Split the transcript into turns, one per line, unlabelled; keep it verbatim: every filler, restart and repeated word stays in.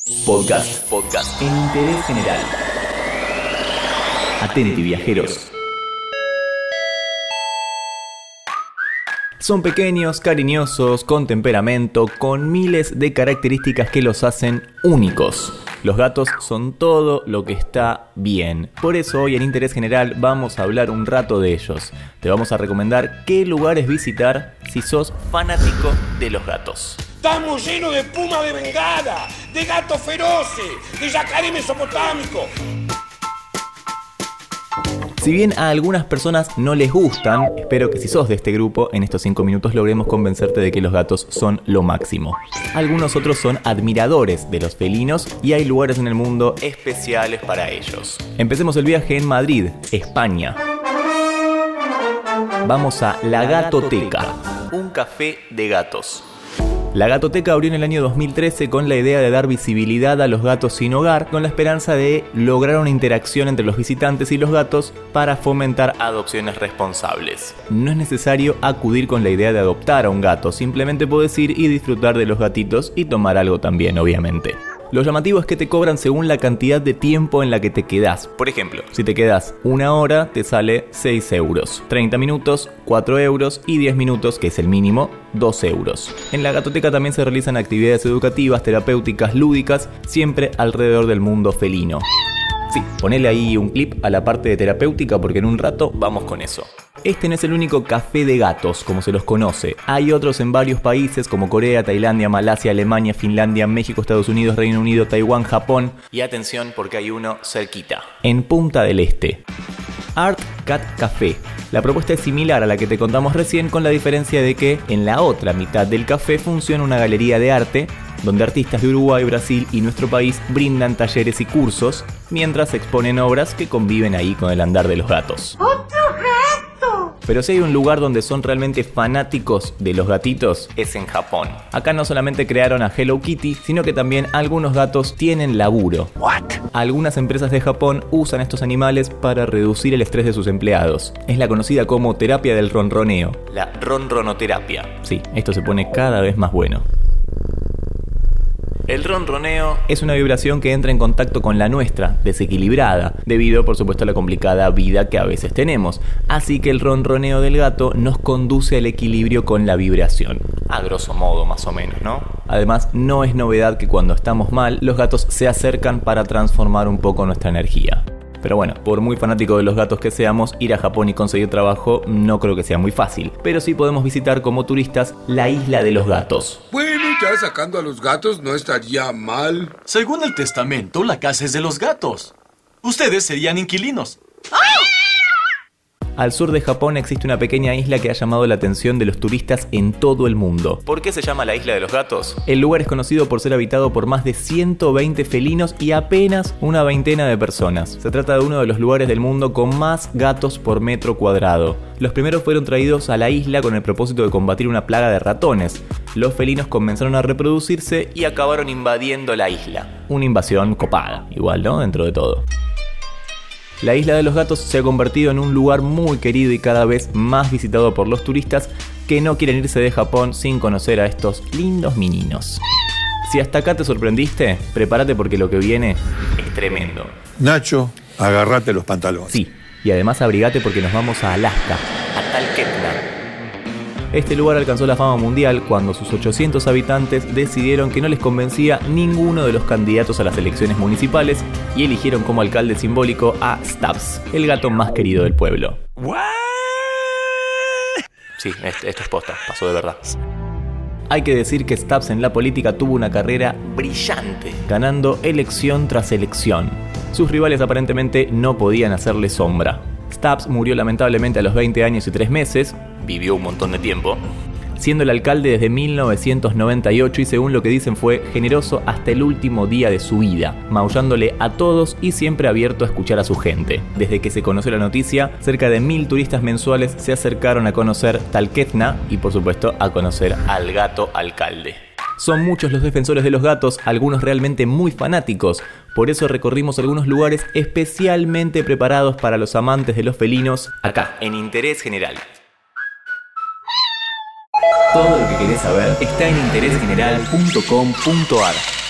Podcast, podcast en interés general. Atenti, viajeros. Son pequeños, cariñosos, con temperamento, con miles de características que los hacen únicos. Los gatos son todo lo que está bien. Por eso hoy en Interés General vamos a hablar un rato de ellos. Te vamos a recomendar qué lugares visitar si sos fanático de los gatos.
Estamos llenos de puma de bengala, de gatos feroces, de yacaré mesopotámico.
Si bien a algunas personas no les gustan, espero que si sos de este grupo, en estos cinco minutos logremos convencerte de que los gatos son lo máximo. Algunos otros son admiradores de los felinos y hay lugares en el mundo especiales para ellos. Empecemos el viaje en Madrid, España. Vamos a La Gatoteca, un café de gatos. La Gatoteca abrió en el año dos mil trece con la idea de dar visibilidad a los gatos sin hogar, con la esperanza de lograr una interacción entre los visitantes y los gatos para fomentar adopciones responsables. No es necesario acudir con la idea de adoptar a un gato, simplemente podés ir y disfrutar de los gatitos y tomar algo también, obviamente. Lo llamativo es que te cobran según la cantidad de tiempo en la que te quedás. Por ejemplo, si te quedás una hora, te sale seis euros. treinta minutos, cuatro euros. Y diez minutos, que es el mínimo, dos euros. En la Gatoteca también se realizan actividades educativas, terapéuticas, lúdicas, siempre alrededor del mundo felino. Sí, ponele ahí un clip a la parte de terapéutica porque en un rato vamos con eso. Este no es el único café de gatos, como se los conoce. Hay otros en varios países como Corea, Tailandia, Malasia, Alemania, Finlandia, México, Estados Unidos, Reino Unido, Taiwán, Japón. Y atención porque hay uno cerquita, en Punta del Este. Art Cat Café. La propuesta es similar a la que te contamos recién, con la diferencia de que en la otra mitad del café funciona una galería de arte, donde artistas de Uruguay, Brasil y nuestro país brindan talleres y cursos, mientras exponen obras que conviven ahí con el andar de los gatos. ¡Otro gato! Pero si hay un lugar donde son realmente fanáticos de los gatitos, es en Japón. Acá no solamente crearon a Hello Kitty, sino que también algunos gatos tienen laburo. ¿What? Algunas empresas de Japón usan estos animales para reducir el estrés de sus empleados. Es la conocida como terapia del ronroneo, la ronronoterapia. Sí, esto se pone cada vez más bueno. El ronroneo es una vibración que entra en contacto con la nuestra, desequilibrada, debido por supuesto a la complicada vida que a veces tenemos. Así que el ronroneo del gato nos conduce al equilibrio con la vibración. A grosso modo, más o menos, ¿no? Además, no es novedad que cuando estamos mal, los gatos se acercan para transformar un poco nuestra energía. Pero bueno, por muy fanático de los gatos que seamos, ir a Japón y conseguir trabajo no creo que sea muy fácil. Pero sí podemos visitar como turistas la Isla de los Gatos.
Bueno, ya sacando a los gatos no estaría mal.
Según el testamento, la casa es de los gatos. Ustedes serían inquilinos.
Al sur de Japón existe una pequeña isla que ha llamado la atención de los turistas en todo el mundo. ¿Por qué se llama la Isla de los Gatos? El lugar es conocido por ser habitado por más de ciento veinte felinos y apenas una veintena de personas. Se trata de uno de los lugares del mundo con más gatos por metro cuadrado. Los primeros fueron traídos a la isla con el propósito de combatir una plaga de ratones. Los felinos comenzaron a reproducirse y acabaron invadiendo la isla. Una invasión copada, igual, ¿no? Dentro de todo. La Isla de los Gatos se ha convertido en un lugar muy querido y cada vez más visitado por los turistas que no quieren irse de Japón sin conocer a estos lindos meninos. Si hasta acá te sorprendiste, prepárate porque lo que viene es tremendo.
Nacho, agárrate los pantalones.
Sí, y además abrigate porque nos vamos a Alaska, a Talkeetna. Este lugar alcanzó la fama mundial cuando sus ochocientos habitantes decidieron que no les convencía ninguno de los candidatos a las elecciones municipales y eligieron como alcalde simbólico a Stubbs, el gato más querido del pueblo. ¿What? Sí, esto es posta, pasó de verdad. Hay que decir que Stubbs en la política tuvo una carrera brillante, ganando elección tras elección. Sus rivales aparentemente no podían hacerle sombra. Stubbs murió lamentablemente a los veinte años y tres meses, vivió un montón de tiempo, siendo el alcalde desde mil novecientos noventa y ocho y según lo que dicen fue generoso hasta el último día de su vida, maullándole a todos y siempre abierto a escuchar a su gente. Desde que se conoció la noticia, cerca de mil turistas mensuales se acercaron a conocer Talkeetna y por supuesto a conocer al gato alcalde. Son muchos los defensores de los gatos, algunos realmente muy fanáticos. Por eso recorrimos algunos lugares especialmente preparados para los amantes de los felinos, acá, en Interés General. Todo lo que querés saber está en interés general punto com punto a r.